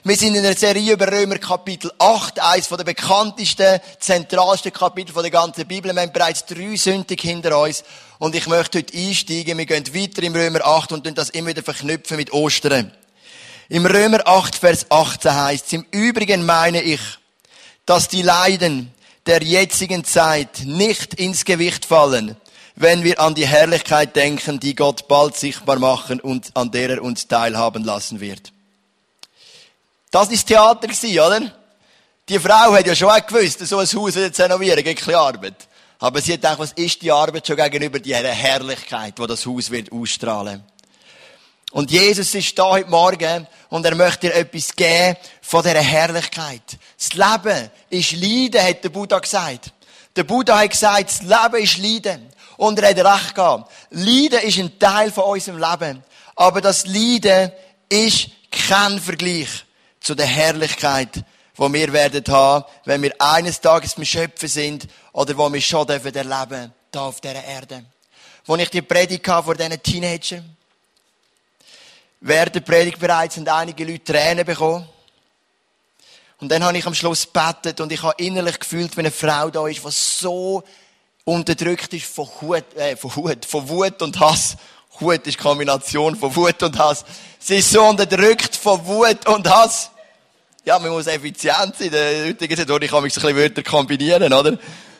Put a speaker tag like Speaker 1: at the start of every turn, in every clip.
Speaker 1: Wir sind in einer Serie über Römer Kapitel 8, eines der bekanntesten, zentralsten Kapitel der ganzen Bibel. Wir haben bereits 3 Sündig hinter uns. Und ich möchte heute einsteigen. Wir gehen weiter im Römer 8 und das immer wieder verknüpfen mit Ostern. Im Römer 8, Vers 18 heißt es: Im Übrigen meine ich, dass die Leiden der jetzigen Zeit nicht ins Gewicht fallen, wenn wir an die Herrlichkeit denken, die Gott bald sichtbar machen und an der er uns teilhaben lassen wird. Das war das Theater, oder? Die Frau hat ja schon auch gewusst, so ein Haus zu renovieren, geht keine Arbeit. Aber sie hat gedacht, was ist die Arbeit schon gegenüber dieser Herrlichkeit, die das Haus wird ausstrahlen. Und Jesus ist da heute Morgen und er möchte dir etwas geben von dieser Herrlichkeit. Das Leben ist Leiden, hat der Buddha gesagt. Der Buddha hat gesagt, das Leben ist Leiden. Und er hat recht gehabt. Leiden ist ein Teil von unserem Leben. Aber das Leiden ist kein Vergleich zu der Herrlichkeit, die wir werden haben, wenn wir eines Tages beim Schöpfen sind oder wo wir schon erleben dürfen, hier auf dieser Erde. Als ich die Predigt hatte vor diesen Teenagern, während der Predigt bereits haben einige Leute Tränen bekommen. Und dann habe ich am Schluss gebetet und ich habe innerlich gefühlt, wenn eine Frau da ist, die so unterdrückt ist von Wut und Hass. Wut ist die Kombination von Wut und Hass. Sie ist so unterdrückt von Wut und Hass. Ja, man muss effizient sein. In der heutigen Situation kann man so ein bisschen Wörter kombinieren, oder?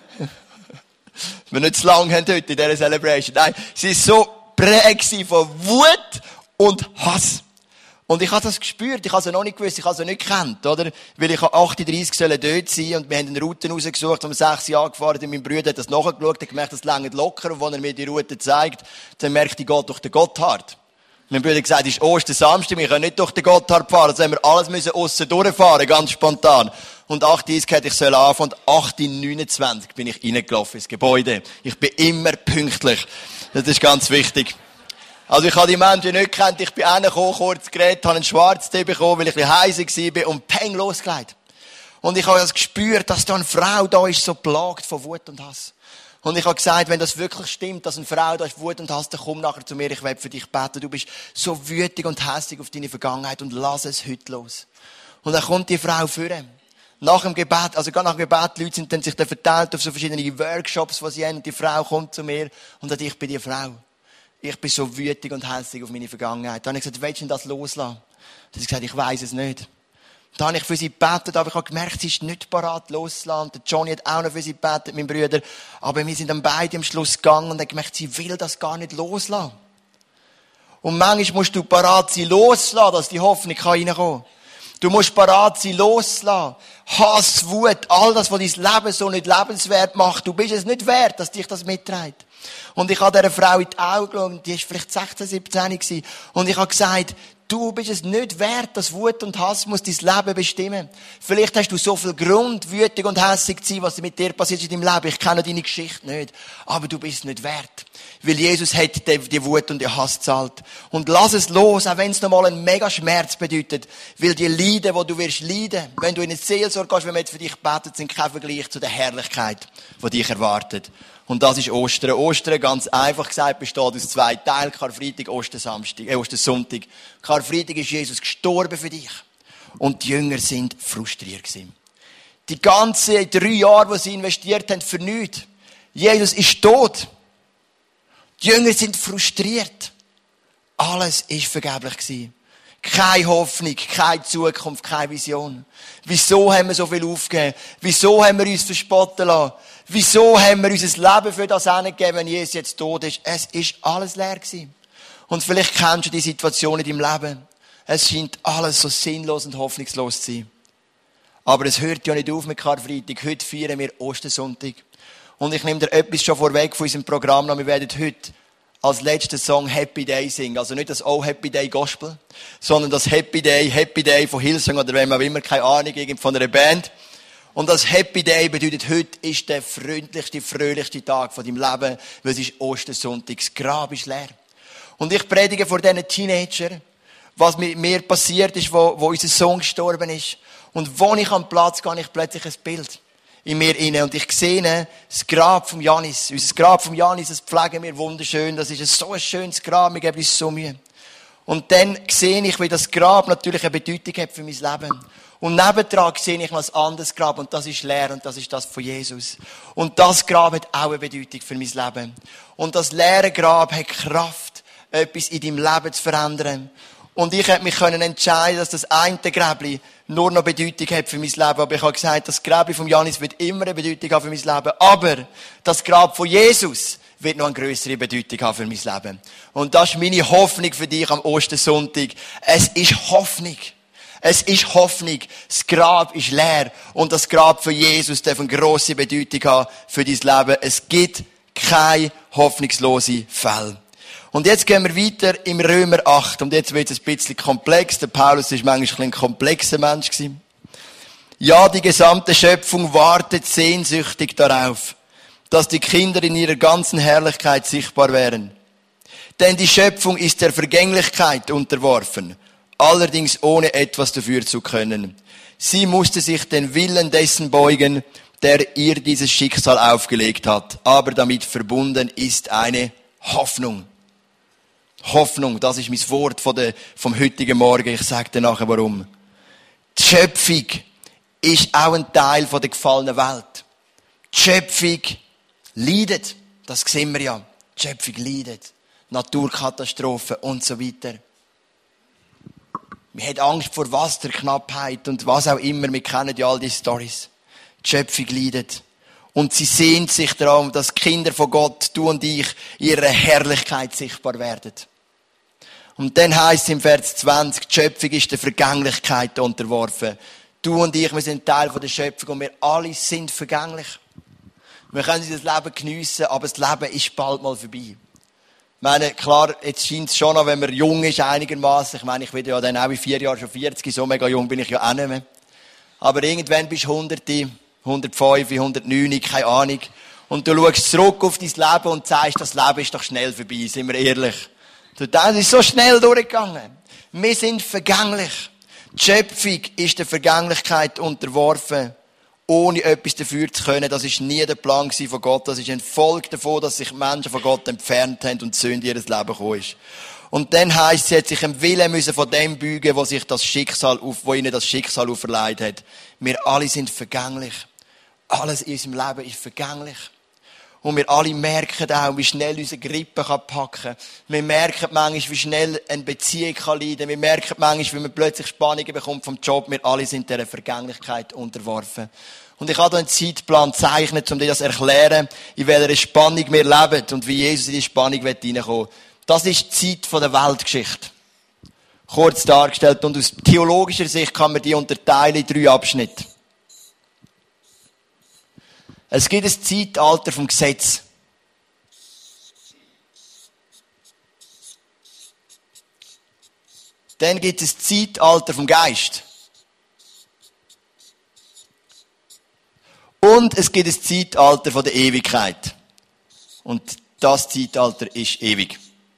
Speaker 1: Wir nicht zu lange haben heute in dieser Celebration. Nein, sie ist so prägt von Wut und Hass. Und ich habe das gespürt, ich habe es noch nicht gewusst, ich habe es nicht gekannt, oder? Weil ich habe 38 sollen dort sein und wir haben eine Route rausgesucht, um 6 Jahre gefahren sind. Mein Bruder hat das nachgeschaut, hat gemerkt, das längert locker. Und als er mir die Route zeigt, dann merkt ich, geht durch den Gotthard. Mein Bruder hat gesagt, es ist Ostersamstag, wir können nicht durch den Gotthard fahren, also haben wir alles aussen durchfahren, ganz spontan. Und 8:30 hätte ich anfangen und 8:29 bin ich reingelaufen ins Gebäude. Ich bin immer pünktlich. Das ist ganz wichtig. Also ich habe die Menschen nicht gekannt, ich bin reingekommen, kurz geredet, habe einen Schwarztee bekommen, weil ich ein bisschen heisig war und peng losgelegt. Und ich habe das gespürt, dass da eine Frau da ist, so plagt von Wut und Hass. Und ich habe gesagt, wenn das wirklich stimmt, dass eine Frau da ist, Wut und Hass, dann komm nachher zu mir, ich will für dich beten. Du bist so wütig und hässig auf deine Vergangenheit und lass es heute los. Und dann kommt die Frau führen. Nach dem Gebet, also gerade nach dem Gebet, die Leute sind dann sich dann verteilt auf so verschiedene Workshops, die sie haben, und die Frau kommt zu mir und sagt, ich bin die Frau. Ich bin so wütig und hässig auf meine Vergangenheit. Dann habe ich gesagt, willst du denn das loslassen? Dann hat sie gesagt, ich weiss es nicht. Dann habe ich für sie gebetet, aber ich habe gemerkt, sie ist nicht bereit loszulassen. Der Johnny hat auch noch für sie gebetet, mein Bruder. Aber wir sind dann beide am Schluss gegangen und haben gemerkt, sie will das gar nicht loslassen. Und manchmal musst du bereit sein, loszulassen, dass die Hoffnung reinkommen kann. Du musst bereit sein, loszulassen. Hass, Wut, all das, was dein Leben so nicht lebenswert macht. Du bist es nicht wert, dass dich das mitträgt. Und ich habe dieser Frau in die Augen geschaut, die war vielleicht 16, 17 gewesen. Und ich habe gesagt, du bist es nicht wert, dass Wut und Hass muss dein Leben bestimmen. Vielleicht hast du so viel Grund, wütig und hässig zu sein, was mit dir passiert in deinem Leben. Ich kenne deine Geschichte nicht. Aber du bist es nicht wert. Weil Jesus hat die Wut und den Hass gezahlt. Und lass es los, auch wenn es nochmal einen mega Schmerz bedeutet. Weil die Leiden, die du wirst leiden, wenn du in eine Seelsorge gehst, wenn wir jetzt für dich beten, sind kein Vergleich zu der Herrlichkeit, die dich erwartet. Und das ist Ostern. Ostern, ganz einfach gesagt, besteht aus 2 Teilen. Karfreitag, Ostersonntag. Karfreitag ist Jesus gestorben für dich. Und die Jünger sind frustriert gewesen. Die ganzen 3 Jahre, die sie investiert haben, für nichts. Jesus ist tot. Die Jünger sind frustriert. Alles ist vergeblich gewesen. Keine Hoffnung, keine Zukunft, keine Vision. Wieso haben wir so viel aufgegeben? Wieso haben wir uns verspotten lassen? Wieso haben wir unser Leben für das hingegeben, wenn Jesus jetzt tot ist? Es ist alles leer gewesen. Und vielleicht kennst du die Situation in deinem Leben. Es scheint alles so sinnlos und hoffnungslos zu sein. Aber es hört ja nicht auf mit Karfreitag. Heute feiern wir Ostersonntag. Und ich nehme dir etwas schon vorweg von unserem Programm. Wir werden heute als letzten Song Happy Day singen. Also nicht das Oh Happy Day Gospel, sondern das Happy Day von Hillsong oder wenn man immer keine Ahnung von einer Band. Und das Happy Day bedeutet, heute ist der freundlichste, fröhlichste Tag von deinem Leben, weil es ist Ostersonntag. Das Grab ist leer. Und ich predige vor diesen Teenagern, was mit mir passiert ist, wo unser Sohn gestorben ist. Und wo ich am Platz gehe, ich plötzlich ein Bild in mir inne. Und ich sehe das Grab vom Janis. Unser Grab vom Janis, das pflegen wir wunderschön. Das ist so ein schönes Grab, wir geben uns so Mühe. Und dann sehe ich, wie das Grab natürlich eine Bedeutung hat für mein Leben. Und nebendran sehe ich noch ein anderes Grab, und das ist leer, und das ist das von Jesus. Und das Grab hat auch eine Bedeutung für mein Leben. Und das leere Grab hat Kraft, etwas in deinem Leben zu verändern. Und ich hätte mich entscheiden, dass das eine Gräbli nur noch Bedeutung hat für mein Leben. Aber ich habe gesagt, das Gräbli von Janis wird immer eine Bedeutung haben für mein Leben. Aber das Grab von Jesus wird noch eine grössere Bedeutung haben für mein Leben. Und das ist meine Hoffnung für dich am Ostersonntag. Es ist Hoffnung. Es ist Hoffnung. Das Grab ist leer. Und das Grab von Jesus darf eine grosse Bedeutung haben für dein Leben. Es gibt keine hoffnungslose Fälle. Und jetzt gehen wir weiter im Römer 8. Und jetzt wird es ein bisschen komplex. Der Paulus ist manchmal ein komplexer Mensch gewesen. Ja, die gesamte Schöpfung wartet sehnsüchtig darauf, dass die Kinder in ihrer ganzen Herrlichkeit sichtbar wären. Denn die Schöpfung ist der Vergänglichkeit unterworfen, allerdings ohne etwas dafür zu können. Sie musste sich den Willen dessen beugen, der ihr dieses Schicksal aufgelegt hat. Aber damit verbunden ist eine Hoffnung. Hoffnung, das ist mein Wort vom heutigen Morgen. Ich sage dir nachher, warum. Die Schöpfung ist auch ein Teil der gefallenen Welt. Die Schöpfung leidet. Das sehen wir ja. Die Schöpfung leidet. Naturkatastrophen und so weiter. Man hat Angst vor Wasserknappheit und was auch immer. Wir kennen ja all diese Storys. Die Schöpfung leidet. Und sie sehnt sich daran, dass Kinder von Gott, du und ich, ihre Herrlichkeit sichtbar werden. Und dann heisst es im Vers 20, die Schöpfung ist der Vergänglichkeit unterworfen. Du und ich, wir sind Teil der Schöpfung und wir alle sind vergänglich. Wir können das Leben geniessen, aber das Leben ist bald mal vorbei. Ich meine, klar, jetzt scheint es schon noch, wenn man jung ist, einigermaßen. Ich meine, ich werde ja dann auch in 4 Jahren schon 40, so mega jung bin ich ja auch nicht mehr. Aber irgendwann bist du 100, 105, 109, keine Ahnung. Und du schaust zurück auf dein Leben und sagst, das Leben ist doch schnell vorbei, sind wir ehrlich. Das ist so schnell durchgegangen. Wir sind vergänglich. Die Schöpfung ist der Vergänglichkeit unterworfen, ohne etwas dafür zu können. Das ist nie der Plan von Gott. Das ist ein Folge davon, dass sich Menschen von Gott entfernt haben und die Sünde in ihr Leben gekommen ist. Und dann heisst es, sie hat sich im Willen müssen von dem beugen, wo ihnen das Schicksal auferlegt hat. Wir alle sind vergänglich. Alles in unserem Leben ist vergänglich. Und wir alle merken auch, wie schnell unsere Grippe packen kann. Wir merken manchmal, wie schnell eine Beziehung leiden kann. Wir merken manchmal, wie man plötzlich Spannungen bekommt vom Job. Wir alle sind dieser Vergänglichkeit unterworfen. Und ich habe hier einen Zeitplan gezeichnet, um dir das zu erklären, in welcher Spannung wir leben und wie Jesus in die Spannung hineinkommen will. Das ist die Zeit der Weltgeschichte. Kurz dargestellt. Und aus theologischer Sicht kann man die unterteilen in 3 Abschnitte. Es gibt ein Zeitalter vom Gesetz. Dann gibt es ein Zeitalter vom Geist. Und es gibt ein Zeitalter von der Ewigkeit. Und das Zeitalter ist ewig.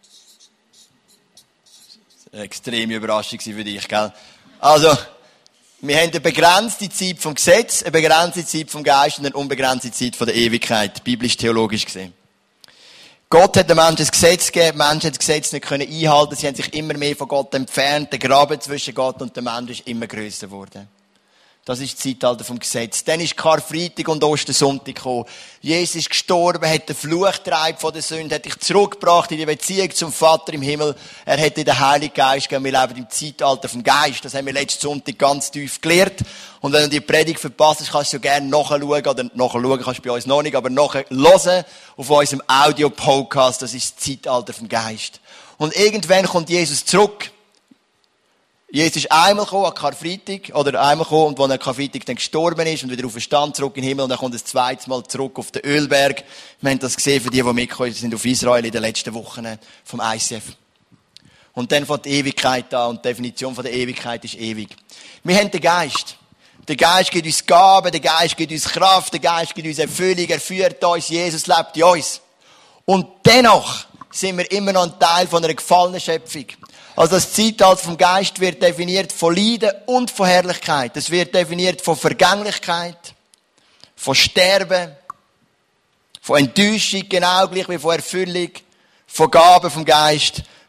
Speaker 1: Das war eine extreme Überraschung für dich, gell? Also, wir haben eine begrenzte Zeit vom Gesetz, eine begrenzte Zeit vom Geist und eine unbegrenzte Zeit von der Ewigkeit, biblisch-theologisch gesehen. Gott hat den Menschen ein Gesetz gegeben, die Menschen haben das Gesetz nicht einhalten, sie haben sich immer mehr von Gott entfernt, der Graben zwischen Gott und dem Menschen ist immer grösser geworden. Das ist das Zeitalter vom Gesetz. Dann ist Karfreitag und Ostersonntag gekommen. Jesus ist gestorben, hat den Fluch getragen von der Sünde, hat dich zurückgebracht in die Beziehung zum Vater im Himmel. Er hat dir den Heiligen Geist gegeben. Wir leben im Zeitalter vom Geist. Das haben wir letzten Sonntag ganz tief gelehrt. Und wenn du die Predigt verpasst hast, kannst du gerne nachschauen. Oder nachschauen kannst du bei uns noch nicht, aber nachhören auf unserem Audio-Podcast. Das ist das Zeitalter vom Geist. Und irgendwann kommt Jesus zurück. Jesus ist einmal gekommen an Karfreitag, oder einmal gekommen, und als er an Karfreitag dann gestorben ist und wieder auferstanden zurück in den Himmel, und dann kommt er das zweite Mal zurück auf den Ölberg. Wir haben das gesehen für die mitgekommen sind auf Israel in den letzten Wochen vom ICF. Und dann fängt die Ewigkeit an, und die Definition von der Ewigkeit ist ewig. Wir haben den Geist. Der Geist gibt uns Gaben, der Geist gibt uns Kraft, der Geist gibt uns Erfüllung, er führt uns, Jesus lebt in uns. Und dennoch sind wir immer noch ein Teil von einer gefallenen Schöpfung. Also das Zeitalter vom Geist wird definiert von Leiden und von Herrlichkeit. Es wird definiert von Vergänglichkeit, von Sterben, von Enttäuschung, genau gleich wie von Erfüllung, von Gaben vom Geist,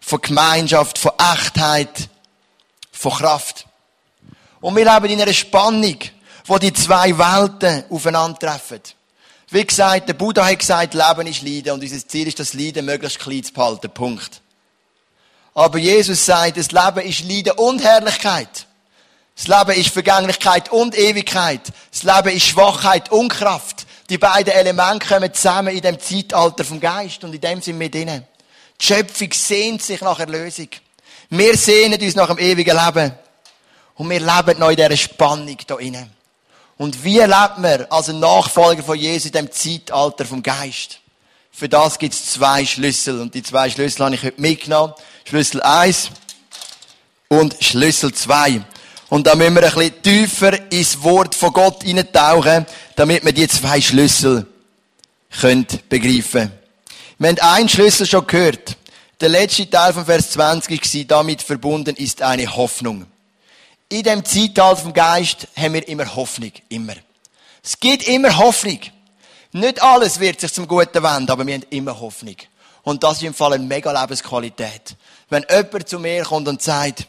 Speaker 1: von Gemeinschaft, von Echtheit, von Kraft. Und wir leben in einer Spannung, wo die zwei Welten aufeinandertreffen. Wie gesagt, der Buddha hat gesagt, Leben ist Leiden und unser Ziel ist, das Leiden möglichst klein zu behalten. Punkt. Aber Jesus sagt, das Leben ist Leiden und Herrlichkeit. Das Leben ist Vergänglichkeit und Ewigkeit. Das Leben ist Schwachheit und Kraft. Die beiden Elemente kommen zusammen in dem Zeitalter vom Geist und in dem sind wir drin. Die Schöpfung sehnt sich nach Erlösung. Wir sehnen uns nach dem ewigen Leben. Und wir leben noch in dieser Spannung da innen. Und wie lebt man als ein Nachfolger von Jesus in dem Zeitalter vom Geist? Für das gibt es 2 Schlüssel. Und die 2 Schlüssel habe ich heute mitgenommen. Schlüssel 1 und Schlüssel 2. Und da müssen wir ein bisschen tiefer ins Wort von Gott hineintauchen, damit wir die 2 Schlüssel begreifen können. Wir haben einen Schlüssel schon gehört. Der letzte Teil von Vers 20 war, damit verbunden ist eine Hoffnung. In dem Zeitalter vom Geist haben wir immer Hoffnung. Immer. Es gibt immer Hoffnung. Nicht alles wird sich zum Guten wenden, aber wir haben immer Hoffnung. Und das ist im Fall eine mega Lebensqualität. Wenn jemand zu mir kommt und sagt,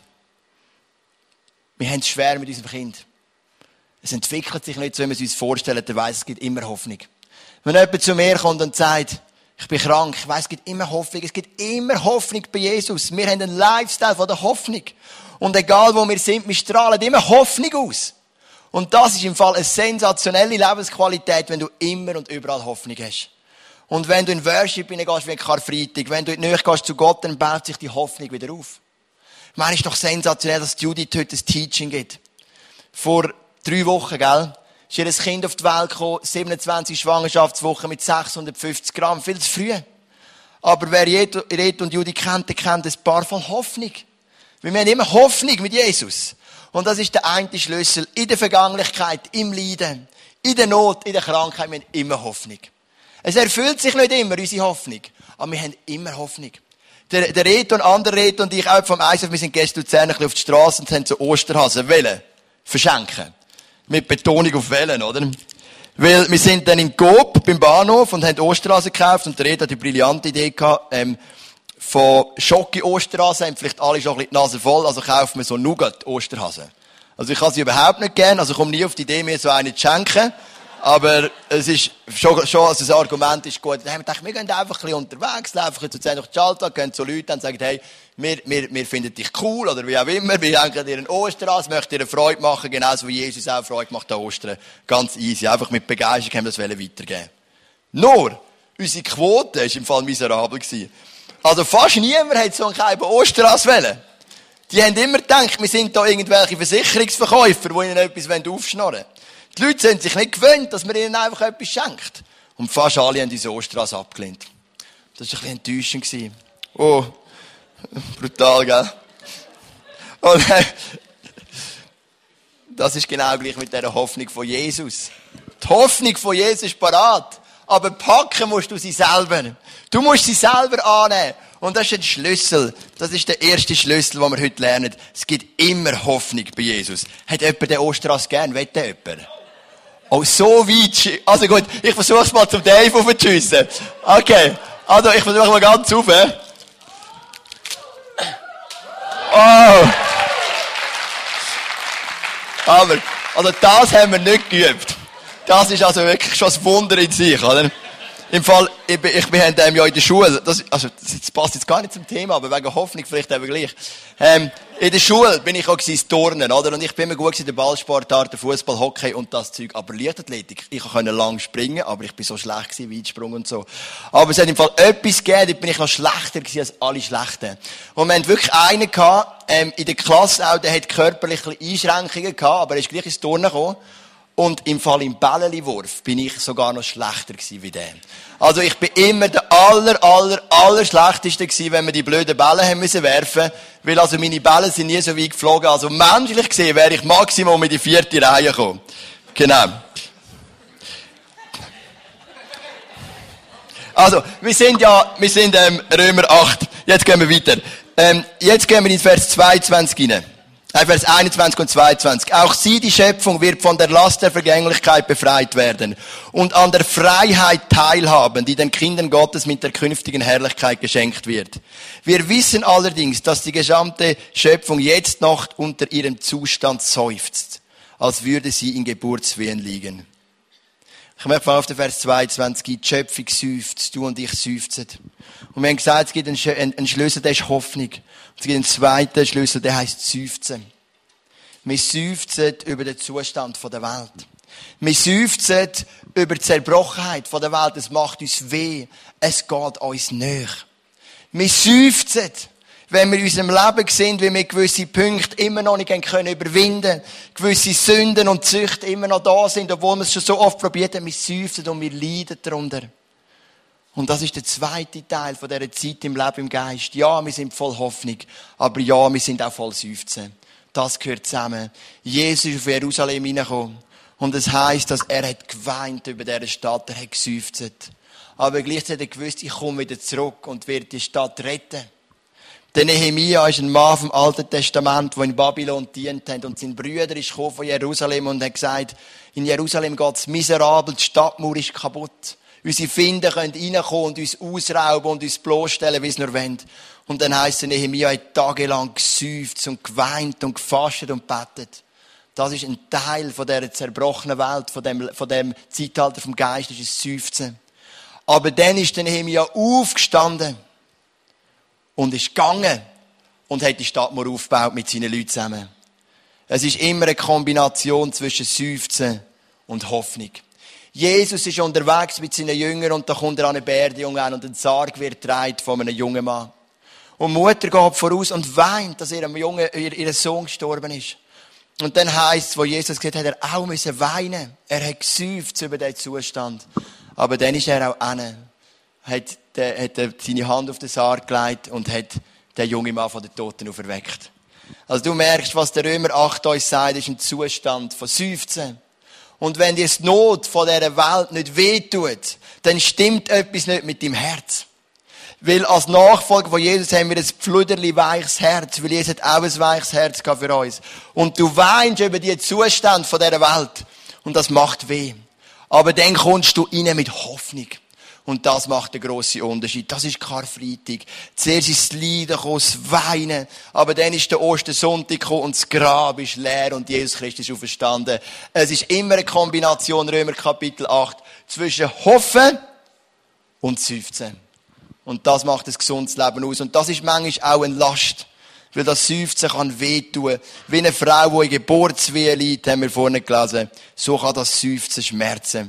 Speaker 1: wir haben es schwer mit unserem Kind. Es entwickelt sich nicht so, wie wir es uns vorstellen, dann weiss, es gibt immer Hoffnung. Wenn jemand zu mir kommt und sagt, ich bin krank, ich weiss, es gibt immer Hoffnung. Es gibt immer Hoffnung bei Jesus. Wir haben einen Lifestyle von der Hoffnung. Und egal wo wir sind, wir strahlen immer Hoffnung aus. Und das ist im Fall eine sensationelle Lebensqualität, wenn du immer und überall Hoffnung hast. Und wenn du in Worship hineingehst, wie Karfreitag, wenn du in die Nähe gehst zu Gott, dann baut sich die Hoffnung wieder auf. Ich meine, es ist doch sensationell, dass Judith heute ein Teaching gibt. Vor 3 Wochen, gell? Ist ihr Kind auf die Welt gekommen, 27 Schwangerschaftswochen mit 650 Gramm, viel zu früh. Aber wer Red und Judith kennt, der kennt ein paar von Hoffnung. Weil wir haben immer Hoffnung mit Jesus. Und das ist der eine Schlüssel. In der Vergänglichkeit, im Leiden, in der Not, in der Krankheit, wir haben immer Hoffnung. Es erfüllt sich nicht immer, unsere Hoffnung. Aber wir haben immer Hoffnung. Der Reto und andere Reto und ich auch vom ISF, wir sind gestern Luzern auf die Straße und haben so Osterhasen verschenken. Mit Betonung auf Wellen, oder? Weil wir sind dann in Coop beim Bahnhof und haben Osterhasen gekauft und der Reto hat die brillante Idee gehabt, von Schoki-Osterhasen haben vielleicht alle schon ein bisschen die Nase voll, also kaufen wir so Nougat-Osterhasen. Also ich habe sie überhaupt nicht gern, also ich komme nie auf die Idee, mir so eine zu schenken. Aber es ist schon also das Argument ist gut. Dann haben wir gedacht, wir gehen einfach ein bisschen unterwegs, laufen zu 10 durch die Schaltag, gehen zu Leuten und sagen, hey, wir finden dich cool, oder wie auch immer, wir denken dir einen Osterhase, möchten dir eine Freude machen, genauso wie Jesus auch Freude macht an Ostern. Ganz easy, einfach mit Begeisterung haben wir das weitergeben. Nur, unsere Quote war im Fall miserabel gewesen. Also fast niemand hat so einen kleinen Osterhase wollen. Die haben immer gedacht, wir sind da irgendwelche Versicherungsverkäufer, die ihnen etwas aufschnorren wollen. Die Leute sind sich nicht gewöhnt, dass man ihnen einfach etwas schenkt. Und fast alle haben diese Osterhase abgelehnt. Das war ein bisschen enttäuschend. Oh, brutal, gell? Und das ist genau gleich mit dieser Hoffnung von Jesus. Die Hoffnung von Jesus ist parat. Aber packen musst du sie selber. Du musst sie selber annehmen. Und das ist ein Schlüssel. Das ist der erste Schlüssel, den wir heute lernen. Es gibt immer Hoffnung bei Jesus. Hat jemand den Osterhase gern? Will der jemand? Oh, so weit. Also gut, ich versuche es mal zum Dave aufzuschiessen. Okay. Also, ich versuche mal ganz auf. Oh. Aber, also das haben wir nicht geübt. Das ist also wirklich schon ein Wunder in sich, oder? Im Fall, wir haben ja in der Schule, das passt jetzt gar nicht zum Thema, aber wegen Hoffnung vielleicht eben gleich. In der Schule bin ich auch ins Turnen, oder? Und ich bin immer gut in der Ballsportart, der Fußball, Hockey und das Zeug. Aber Leichtathletik, ich konnte lang springen, aber ich bin so schlecht gewesen, Weitsprung und so. Aber es hat im Fall etwas gegeben, da bin ich noch schlechter gewesen als alle Schlechten. Und wir haben wirklich einen gehabt, in der Klasse auch, der hat körperliche Einschränkungen gehabt, aber er ist gleich ins Turnen gekommen. Und im Fall im Bälleliwurf bin ich sogar noch schlechter gewesen wie der. Also ich bin immer der aller schlechteste gewesen, wenn wir die blöden Bälle haben müssen werfen, weil also meine Bälle sind nie so weit geflogen. Also menschlich gesehen wäre ich Maximum in die 4. Reihe gekommen. Genau. Also, wir sind Römer 8. Jetzt gehen wir weiter. Jetzt gehen wir in Vers 22 rein. Vers 21 und 22. Auch sie, die Schöpfung, wird von der Last der Vergänglichkeit befreit werden und an der Freiheit teilhaben, die den Kindern Gottes mit der künftigen Herrlichkeit geschenkt wird. Wir wissen allerdings, dass die gesamte Schöpfung jetzt noch unter ihrem Zustand seufzt, als würde sie in Geburtswehen liegen. Ich möchte mal auf den Vers 22 gehen. Die Schöpfung seufzt, du und ich seufzen. Und wir haben gesagt, es gibt einen Schlüssel, der ist Hoffnung. Es gibt einen zweiten Schlüssel, der heisst Seufzen. Wir seufzen über den Zustand der Welt. Wir seufzen über die Zerbrochenheit der Welt. Es macht uns weh. Es geht uns näher. Wir seufzen, wenn wir in unserem Leben sind, wie wir gewisse Punkte immer noch nicht überwinden können, gewisse Sünden und Süchte immer noch da sind, obwohl wir es schon so oft probiert haben. Wir seufzen und wir leiden darunter. Und das ist der zweite Teil von dieser Zeit im Leben im Geist. Ja, wir sind voll Hoffnung, aber ja, wir sind auch voll Seufzen. Das gehört zusammen. Jesus ist auf Jerusalem hineingekommen. Und es heisst, dass er hat geweint über diese Stadt, er hat geseufzt. Aber gleichzeitig hat er gewusst, ich komme wieder zurück und werde die Stadt retten. Der Nehemia ist ein Mann vom Alten Testament, der in Babylon dient hat. Und sein Bruder ist gekommen von Jerusalem und hat gesagt, in Jerusalem geht es miserabel, die Stadtmauer ist kaputt. Unsere Finden können reinkommen und uns ausrauben und uns bloßstellen, wie es nur wollen. Und dann heisst es, Nehemia hat tagelang geseufzt und geweint und gefastet und gebetet. Das ist ein Teil von dieser zerbrochenen Welt, von dem Zeitalter vom Geist, das ist das Seufzen. Aber dann ist der Nehemia aufgestanden und ist gegangen und hat die Stadtmauer aufgebaut mit seinen Leuten zusammen. Es ist immer eine Kombination zwischen Seufzen und Hoffnung. Jesus ist unterwegs mit seinen Jüngern und da kommt er an eine Beerdigung an und ein Sarg wird getragen von einem jungen Mann. Und die Mutter geht voraus und weint, dass ihr Sohn gestorben ist. Und dann heisst es, wo Jesus gesagt hat, er auch müssen weinen. Er hat geseufzt über diesen Zustand. Aber dann ist er auch hin, hat seine Hand auf den Sarg gelegt und hat den jungen Mann von den Toten auferweckt. Also du merkst, was der Römer 8 uns sagt, ist ein Zustand von Seufzen. Und wenn dir die Not von dieser Welt nicht wehtut, dann stimmt etwas nicht mit deinem Herz. Weil als Nachfolger von Jesus haben wir ein pfluderli weiches Herz, weil Jesus hat auch ein weiches Herz gehabt für uns. Und du weinst über die Zustände von dieser Welt. Und das macht weh. Aber dann kommst du rein mit Hoffnung. Und das macht den grossen Unterschied. Das ist Karfreitag. Zuerst ist das Leiden gekommen, das Weinen. Aber dann ist der Ostersonntag gekommen und das Grab ist leer und Jesus Christus ist auferstanden. Es ist immer eine Kombination, Römer Kapitel 8, zwischen Hoffen und Seufzen. Und das macht ein gesundes Leben aus. Und das ist manchmal auch eine Last. Weil das Seufzen kann wehtun. Wie eine Frau, die in Geburtswehe liegt, haben wir vorhin gelesen. So kann das Seufzen schmerzen.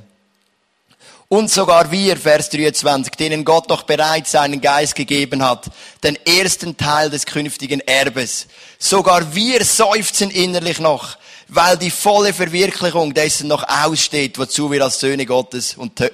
Speaker 1: Und sogar wir, Vers 23, denen Gott doch bereits seinen Geist gegeben hat, den ersten Teil des künftigen Erbes. Sogar wir seufzen innerlich noch, weil die volle Verwirklichung dessen noch aussteht, wozu wir als Söhne Gottes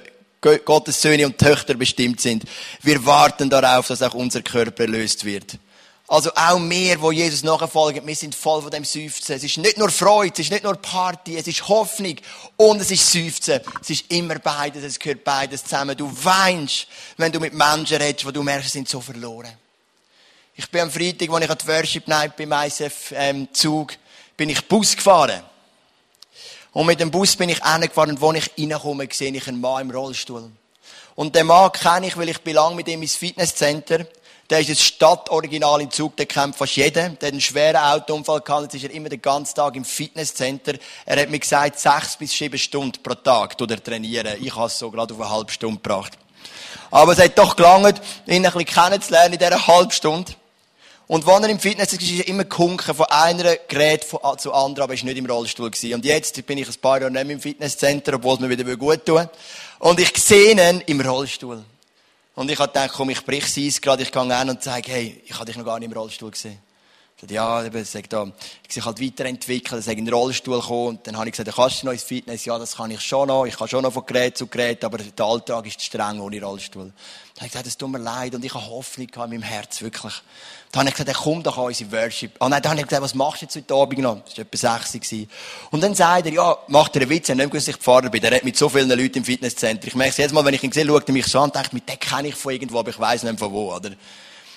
Speaker 1: Söhne und Töchter bestimmt sind. Wir warten darauf, dass auch unser Körper erlöst wird. Also auch wir, wo Jesus nachfolgen, wir sind voll von dem Seufzen. Es ist nicht nur Freude, es ist nicht nur Party, es ist Hoffnung und es ist Seufzen. Es ist immer beides, es gehört beides zusammen. Du weinst, wenn du mit Menschen redest, wo du merkst, sie sind so verloren. Ich bin am Freitag, als ich an die Worship Night beim ICF Zug, bin ich Bus gefahren. Und mit dem Bus bin ich hingefahren und als ich reinkomme, sehe ich einen Mann im Rollstuhl. Und den Mann kenne ich, weil ich lange mit ihm ins Fitnesscenter. Der ist ein Stadtoriginal im Zug, der kennt fast jeden. Der hat einen schweren Autounfall gehabt, jetzt ist er immer den ganzen Tag im Fitnesscenter. Er hat mir gesagt, 6 bis 7 Stunden pro Tag tut er trainieren. Ich habe es so gerade auf eine halbe Stunde gebracht. Aber es hat doch gelangt, ihn ein bisschen kennenzulernen in dieser halben Stunde. Und wenn er im Fitness ist, ist er immer gekunken von einer Gerät zu anderen, aber er war nicht im Rollstuhl gewesen. Und jetzt bin ich ein paar Jahre nicht mehr im Fitnesscenter, obwohl es mir wieder gut tun will. Und ich sehe ihn im Rollstuhl. Und ich habe gedacht, komm, ich brich es Eis gerade, ich gehe hin und sage, hey, ich habe dich noch gar nicht im Rollstuhl gesehen. Ich sagte, ja, ich sage da, ich sich halt weiterentwickeln, ich sage in den Rollstuhl kommen. Und dann habe ich gesagt, kannst du noch ins Fitness? Ja, das kann ich schon noch. Ich kann schon noch von Gerät zu Gerät, aber der Alltag ist zu streng ohne Rollstuhl. Dann habe ich gesagt, es tut mir leid. Und ich habe Hoffnung in meinem Herz, wirklich. Dann habe ich gesagt, komm doch an unsere Worship. Dann habe ich gesagt, was machst du jetzt heute Abend noch? Das war etwa 6 Uhr. Und dann sagt er, ja, macht er einen Witz, er hat nicht gewusst, dass ich Pfarrer bin. Er hat mit so vielen Leuten im Fitnesscenter. Ich merke es jedes Mal, wenn ich ihn sehe, schaut er mich so an und denkt, mit dem kenne ich von irgendwo, aber ich weiss nicht von wo, oder?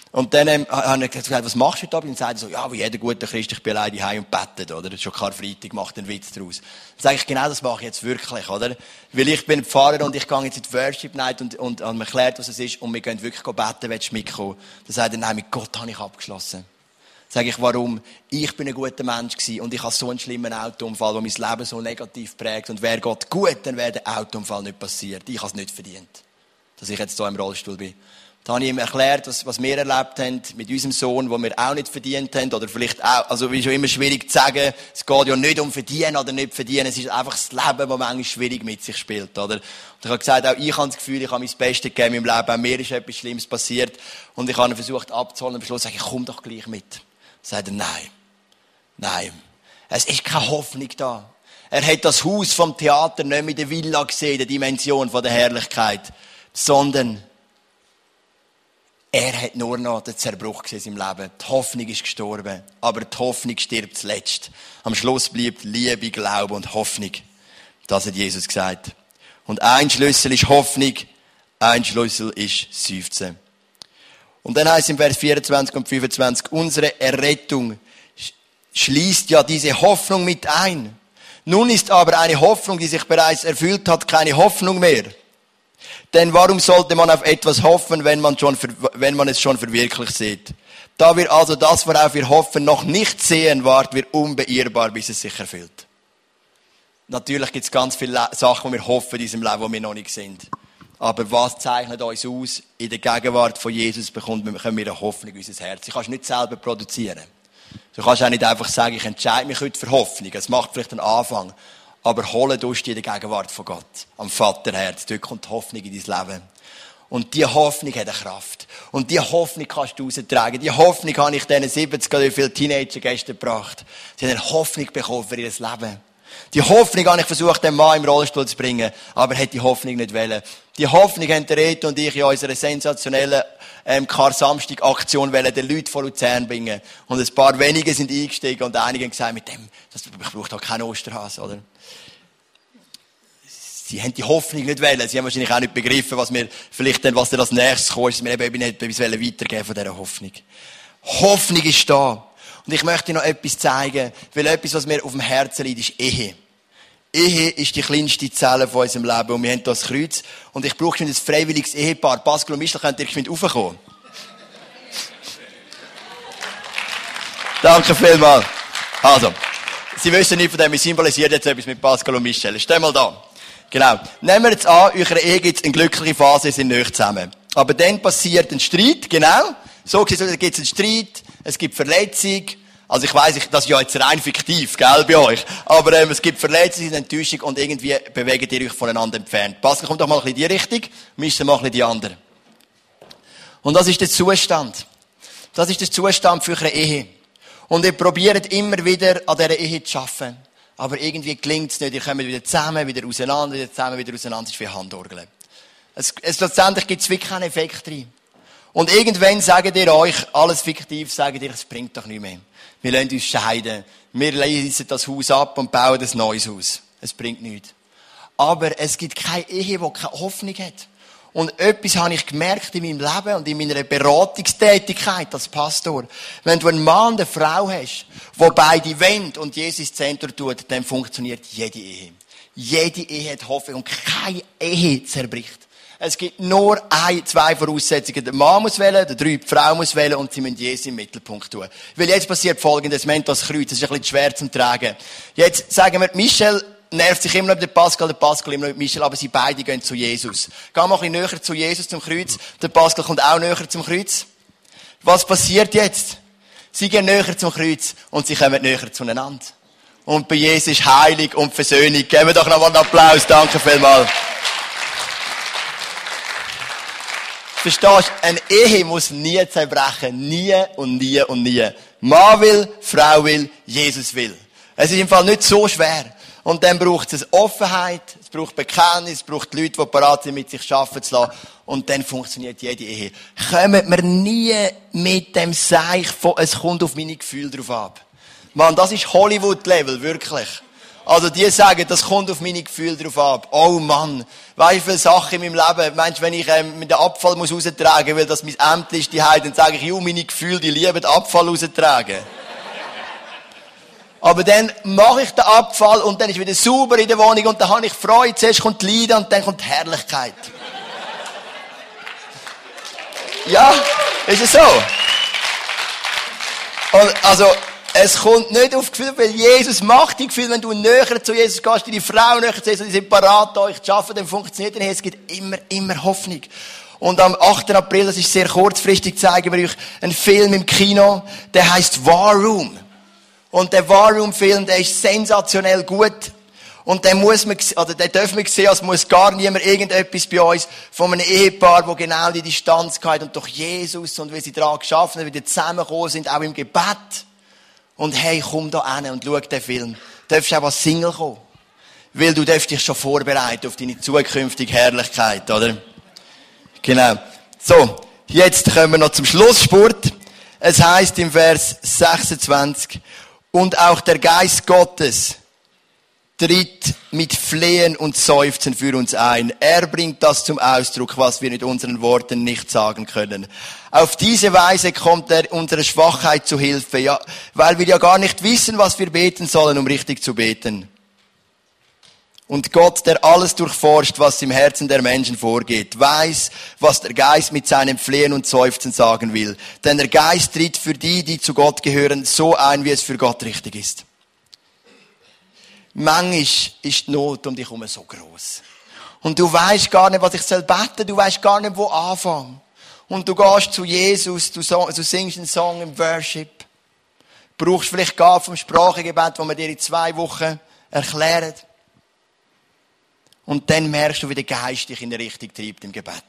Speaker 1: Und dann habe ich gesagt, was machst du da? Und sagt so, ja, wie jeder gute Christ, ich bin alleine heim und bettet, oder? Das ist schon Karfreitag, macht einen Witz draus. Dann sage ich, genau das mache ich jetzt wirklich, oder? Weil ich bin Pfarrer und ich gehe jetzt in die Worship Night und mir erklärt, was es ist, und wir gehen wirklich beten, willst du mitkommen? Dann sagt er, nein, mit Gott habe ich abgeschlossen. Sage ich, warum? Ich bin ein guter Mensch gewesen und ich habe so einen schlimmen Autounfall, der mein Leben so negativ prägt. Und wäre Gott gut, dann wäre der Autounfall nicht passiert. Ich habe es nicht verdient, dass ich jetzt hier im Rollstuhl bin. Da habe ich ihm erklärt, was wir erlebt haben mit unserem Sohn, wo wir auch nicht verdient haben. Oder vielleicht auch, also ist schon immer schwierig zu sagen, es geht ja nicht um Verdienen oder nicht Verdienen. Es ist einfach das Leben, das manchmal schwierig mit sich spielt, oder? Und ich habe gesagt, auch ich habe das Gefühl, ich habe mein Bestes gegeben im Leben. Auch mir ist etwas Schlimmes passiert. Und ich habe ihn versucht abzuholen. Und am Schluss sage ich, komm doch gleich mit. Dann sagt er, nein. Es ist keine Hoffnung da. Er hat das Haus vom Theater nicht mit der Villa gesehen, der Dimension von der Herrlichkeit, sondern er hat nur noch den Zerbruch gesehen im Leben. Die Hoffnung ist gestorben, aber die Hoffnung stirbt zuletzt. Am Schluss bleibt Liebe, Glaube und Hoffnung. Das hat Jesus gesagt. Und ein Schlüssel ist Hoffnung, ein Schlüssel ist Seufzen. Und dann heißt es im Vers 24 und 25, unsere Errettung schließt ja diese Hoffnung mit ein. Nun ist aber eine Hoffnung, die sich bereits erfüllt hat, keine Hoffnung mehr. Denn warum sollte man auf etwas hoffen, wenn man es schon verwirklicht sieht? Da wir also das, worauf wir hoffen, noch nicht sehen, warten wir unbeirrbar, bis es sich erfüllt. Natürlich gibt es ganz viele Sachen, die wir hoffen in diesem Leben, die wir noch nicht sind. Aber was zeichnet uns aus? In der Gegenwart von Jesus können wir eine Hoffnung in unser Herz. Du kannst nicht selber produzieren. Du kannst auch nicht einfach sagen, ich entscheide mich heute für Hoffnung. Es macht vielleicht einen Anfang. Aber hole durch in der Gegenwart von Gott. Am Vaterherz. Dort kommt Hoffnung in dein Leben. Und diese Hoffnung hat eine Kraft. Und diese Hoffnung kannst du raustragen. Diese Hoffnung habe ich diesen 70 oder wie viele Teenager gestern gebracht. Sie haben eine Hoffnung bekommen für ihr Leben. Die Hoffnung habe ich versucht, den Mann im Rollstuhl zu bringen, aber er hat die Hoffnung nicht wollen. Die Hoffnung haben der Reto und ich in unserer sensationellen Kar-Samstag-Aktion den Leuten von Luzern bringen. Und ein paar wenige sind eingestiegen und einige haben gesagt, ich brauche doch keinen Osterhase, oder? Sie haben die Hoffnung nicht wollen. Sie haben wahrscheinlich auch nicht begriffen, was dann als nächstes kommt, dass wir eben nicht etwas weitergeben von dieser Hoffnung. Hoffnung ist da. Und ich möchte noch etwas zeigen, weil etwas, was mir auf dem Herzen liegt, ist Ehe. Ehe ist die kleinste Zelle von unserem Leben und wir haben hier das Kreuz und ich brauche schon ein freiwilliges Ehepaar. Pascal und Michel, könnt ihr geschwind raufkommen? Danke vielmals. Also, Sie wissen nicht von dem, wir symbolisieren jetzt etwas mit Pascal und Michel. Steh mal da. Genau. Nehmen wir jetzt an, eurer Ehe gibt es eine glückliche Phase, ihr seid nicht zusammen. Aber dann passiert ein Streit, genau. So gibt es einen Streit, es gibt Verletzung. Also ich weiss, das ist ja jetzt rein fiktiv, gell, bei euch. Aber es gibt Verletzung, Enttäuschung und irgendwie bewegt ihr euch voneinander entfernt. Pascal, kommt doch mal ein bisschen in die Richtung, mischt mal ein bisschen die andere. Und das ist der Zustand. Das ist der Zustand für eure Ehe. Und ihr probiert immer wieder an dieser Ehe zu arbeiten. Aber irgendwie gelingt es nicht. Ihr kommt wieder zusammen, wieder auseinander, wieder zusammen, wieder auseinander. Es ist wie Handorgeln. Letztendlich gibt es wirklich keinen Effekt drin. Und irgendwann sagt ihr euch, alles fiktiv, sagt ihr, es bringt doch nichts mehr. Wir lassen uns scheiden. Wir leisen das Haus ab und bauen ein neues Haus. Es bringt nichts. Aber es gibt keine Ehe, die keine Hoffnung hat. Und etwas habe ich gemerkt in meinem Leben und in meiner Beratungstätigkeit als Pastor. Wenn du einen Mann und eine Frau hast, die beide wollen und Jesus ins Zentrum tut, dann funktioniert jede Ehe. Jede Ehe hat Hoffnung und keine Ehe zerbricht. Es gibt nur zwei Voraussetzungen. Der Mann muss wählen, die Frau muss wählen und sie müssen Jesus im Mittelpunkt tun. Weil jetzt passiert Folgendes, wir haben das Kreuz, das ist ein bisschen schwer zum Tragen. Jetzt sagen wir, Michel nervt sich immer noch mit der Pascal immer noch mit Michel, aber sie beide gehen zu Jesus. Geh mal ein bisschen näher zu Jesus, zum Kreuz. Der Pascal kommt auch näher zum Kreuz. Was passiert jetzt? Sie gehen näher zum Kreuz und sie kommen näher zueinander. Und bei Jesus ist Heilung und Versöhnung. Geben wir doch noch mal einen Applaus. Danke vielmals. Verstehst du? Eine Ehe muss nie zerbrechen. Nie und nie und nie. Mann will, Frau will, Jesus will. Es ist im Fall nicht so schwer. Und dann braucht es Offenheit, es braucht Bekenntnis, es braucht Leute, die bereit sind, mit sich arbeiten zu lassen. Und dann funktioniert jede Ehe. Kommen wir nie mit dem Seich von, es kommt auf meine Gefühle drauf ab. Mann, das ist Hollywood-Level, wirklich. Also die sagen, das kommt auf meine Gefühle drauf ab. Oh Mann, weißt du, wie viele Sachen in meinem Leben, meinst du, wenn ich mit den Abfall muss raustragen, weil das mein Amt ist, dann sage ich, meine Gefühle, die lieben Abfall raustragen. Aber dann mache ich den Abfall und dann ist wieder sauber in der Wohnung und dann habe ich Freude. Zuerst kommt die Leiden und dann kommt die Herrlichkeit. Ja, ist es so? Und also, es kommt nicht auf Gefühl, weil Jesus macht die Gefühle, wenn du näher zu Jesus gehst, deine Frau näher zu Jesus, die sind parat, euch zu arbeiten, dann funktioniert es nicht. Es gibt immer Hoffnung. Und am 8. April, das ist sehr kurzfristig, zeigen wir euch einen Film im Kino, der heißt War Room. Und der War Room Film, der ist sensationell gut. Und den den dürfen wir sehen, als muss gar niemand irgendetwas bei uns von einem Ehepaar, wo genau die Distanz gehabt und durch Jesus und wie sie daran geschafft haben, wieder zusammengekommen sind, auch im Gebet. Und hey, komm da hin und schau den Film. Du darfst auch als Single kommen. Weil du darfst dich schon vorbereiten auf deine zukünftige Herrlichkeit, oder? Genau. So, jetzt kommen wir noch zum Schlussspurt. Es heisst im Vers 26, und auch der Geist Gottes tritt mit Flehen und Seufzen für uns ein. Er bringt das zum Ausdruck, was wir mit unseren Worten nicht sagen können. Auf diese Weise kommt er unserer Schwachheit zu Hilfe, ja, weil wir ja gar nicht wissen, was wir beten sollen, um richtig zu beten. Und Gott, der alles durchforscht, was im Herzen der Menschen vorgeht, weiß, was der Geist mit seinem Flehen und Seufzen sagen will. Denn der Geist tritt für die, die zu Gott gehören, so ein, wie es für Gott richtig ist. Manchmal ist die Not um dich herum so gross. Und du weisst gar nicht, was ich beten soll. Du weisst gar nicht, wo anfangen. Und du gehst zu Jesus, du singst einen Song im Worship. Brauchst vielleicht gar vom Sprachengebet, das wir dir in 2 Wochen erklären. Und dann merkst du, wie der Geist dich in die Richtung treibt im Gebet.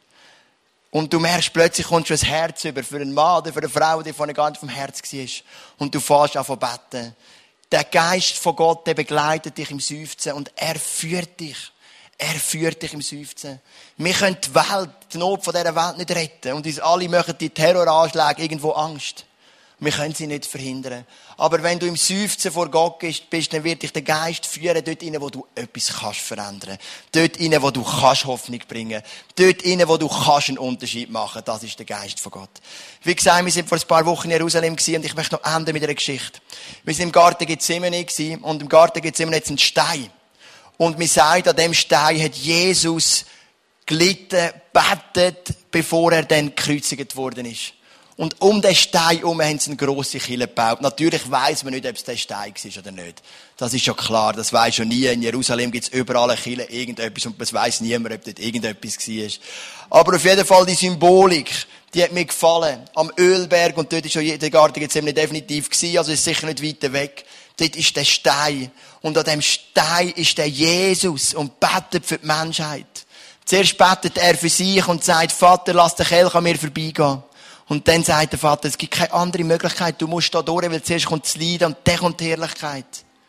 Speaker 1: Und du merkst, plötzlich kommst du ein Herz über für einen Mann oder für eine Frau, die vorhin gar nicht vom Herz war. Und du fährst an zu beten. Der Geist von Gott, der begleitet dich im Seufzen und er führt dich. Er führt dich im Seufzen. Wir können die Not von dieser Welt nicht retten. Und uns alle machen die Terroranschläge irgendwo Angst. Wir können sie nicht verhindern. Aber wenn du im Seufzen vor Gott bist, dann wird dich der Geist führen, dort rein, wo du etwas kannst verändern. Dort rein, wo du kannst Hoffnung bringen. Dort rein, wo du kannst einen Unterschied machen. Das ist der Geist von Gott. Wie gesagt, wir sind vor ein paar Wochen in Jerusalem gewesen und ich möchte noch enden mit einer Geschichte. Wir sind im Garten Gethsemane gewesen und im Garten Gethsemane hat es einen Stein. Und wir sagen, an dem Stein hat Jesus gelitten, betet, bevor er dann gekreuzigt worden ist. Und um den Stein herum haben sie eine grosse Kirche gebaut. Natürlich weiss man nicht, ob es der Stein war oder nicht. Das ist schon klar, das weiss schon nie. In Jerusalem gibt es überall eine Kirche, irgendetwas, und es weiss niemand, ob dort irgendetwas war. Aber auf jeden Fall die Symbolik, die hat mir gefallen. Am Ölberg, und dort ist schon der Garten Gethsemane definitiv gewesen, also ist sicher nicht weiter weg. Dort ist der Stein. Und an dem Stein ist der Jesus und betet für die Menschheit. Zuerst betet er für sich und sagt, Vater, lass den Kelch an mir vorbeigehen. Und dann sagt der Vater, es gibt keine andere Möglichkeit, du musst da durch, weil zuerst kommt das Leiden und dann kommt die Herrlichkeit.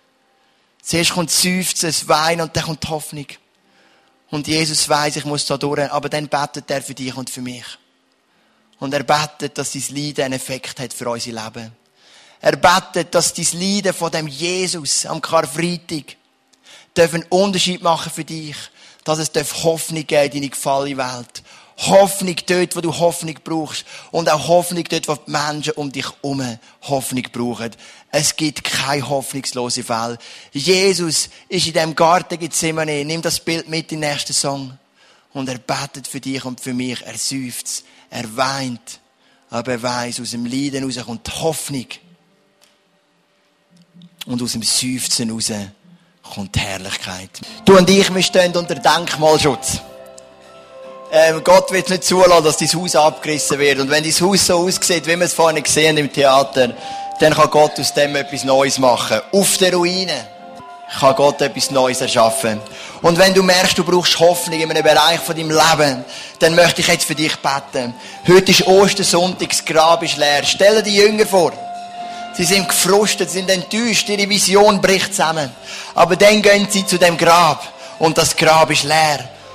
Speaker 1: Zuerst kommt das Seufzen, das Weinen und dann kommt die Hoffnung. Und Jesus weiss, ich muss da durch, aber dann betet er für dich und für mich. Und er betet, dass sein Leiden einen Effekt hat für unser Leben. Er betet, dass dein Leiden von dem Jesus am Karfreitag einen Unterschied machen für dich, dass es Hoffnung geben in deine gefallene Welt. Hoffnung dort, wo du Hoffnung brauchst. Und auch Hoffnung dort, wo die Menschen um dich herum Hoffnung brauchen. Es gibt keine hoffnungslose Fälle. Jesus ist in diesem Garten Gethsemane. Nimm das Bild mit in den nächsten Song. Und er betet für dich und für mich. Er seufzt. Er weint. Aber er weiss, aus dem Leiden raus kommt Hoffnung. Und aus dem Seufzen raus kommt die Herrlichkeit. Du und ich, wir stehen unter Denkmalschutz. Gott wird nicht zulassen, dass dein Haus abgerissen wird. Und wenn dein Haus so aussieht, wie wir es vorhin gesehen im Theater, dann kann Gott aus dem etwas Neues machen. Auf der Ruine kann Gott etwas Neues erschaffen. Und wenn du merkst, du brauchst Hoffnung in einem Bereich von deinem Leben, dann möchte ich jetzt für dich beten. Heute ist Ostersonntag, das Grab ist leer. Stell dir die Jünger vor. Sie sind gefrustet, sind enttäuscht, ihre Vision bricht zusammen. Aber dann gehen sie zu dem Grab und das Grab ist leer.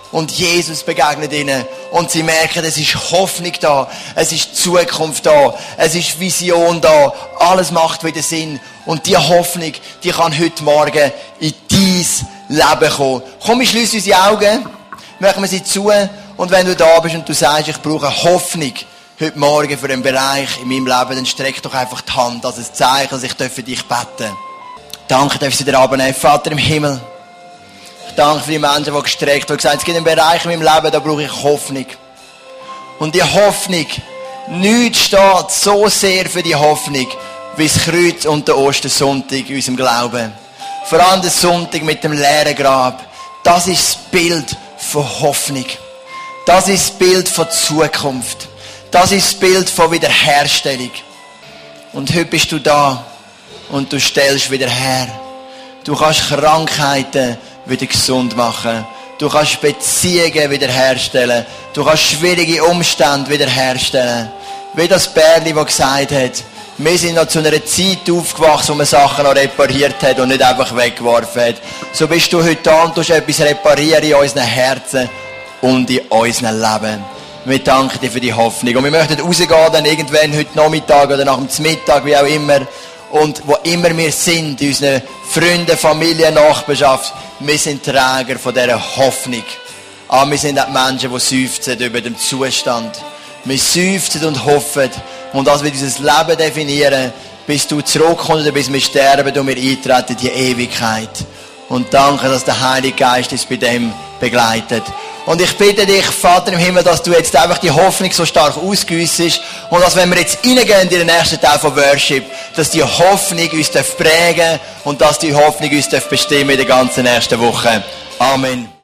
Speaker 1: Und Jesus begegnet ihnen. Und sie merken, es ist Hoffnung da. Es ist Zukunft da. Es ist Vision da. Alles macht wieder Sinn. Und die Hoffnung, die kann heute Morgen in dein Leben kommen. Komm, ich schließe unsere Augen. Machen wir sie zu. Und wenn du da bist und du sagst, ich brauche Hoffnung heute Morgen für einen Bereich in meinem Leben, dann streck doch einfach die Hand als ein Zeichen, dass ich für dich beten. Danke, dass ich sie dir abnehmen. Vater im Himmel. Danke für die Menschen, die gestreckt haben, die gesagt haben, es gibt einen Bereich in meinem Leben, da brauche ich Hoffnung. Und die Hoffnung, nichts steht so sehr für die Hoffnung, wie das Kreuz und der Ostersonntag in unserem Glauben. Vor allem der Sonntag mit dem leeren Grab. Das ist das Bild von Hoffnung. Das ist das Bild von Zukunft. Das ist das Bild von Wiederherstellung. Und heute bist du da und du stellst wieder her. Du kannst Krankheiten wieder gesund machen. Du kannst Beziehungen wiederherstellen. Du kannst schwierige Umstände wiederherstellen. Wie das Bärli, das gesagt hat, wir sind noch zu einer Zeit aufgewachsen, wo man Sachen noch repariert hat und nicht einfach weggeworfen hat. So bist du heute da und du etwas reparieren in unseren Herzen und in unserem Leben. Wir danken dir für die Hoffnung. Und wir möchten rausgehen, dann irgendwann heute Nachmittag oder nach dem Mittag, wie auch immer. Und wo immer wir sind, in unseren Freunden, Familie, Nachbarschaft, wir sind Träger von dieser Hoffnung. Aber wir sind auch Menschen, die seufzen über den Zustand. Wir seufzen und hoffen. Und das wird unser Leben definieren, bis du zurückkommst oder bis wir sterben und wir eintreten in die Ewigkeit. Und danke, dass der Heilige Geist uns bei dem begleitet. Und ich bitte dich, Vater im Himmel, dass du jetzt einfach die Hoffnung so stark ausgüssest und dass, wenn wir jetzt reingehen in den nächsten Teil von Worship, dass die Hoffnung uns prägen darf und dass die Hoffnung uns bestimmen in der ganzen nächsten Woche. Amen.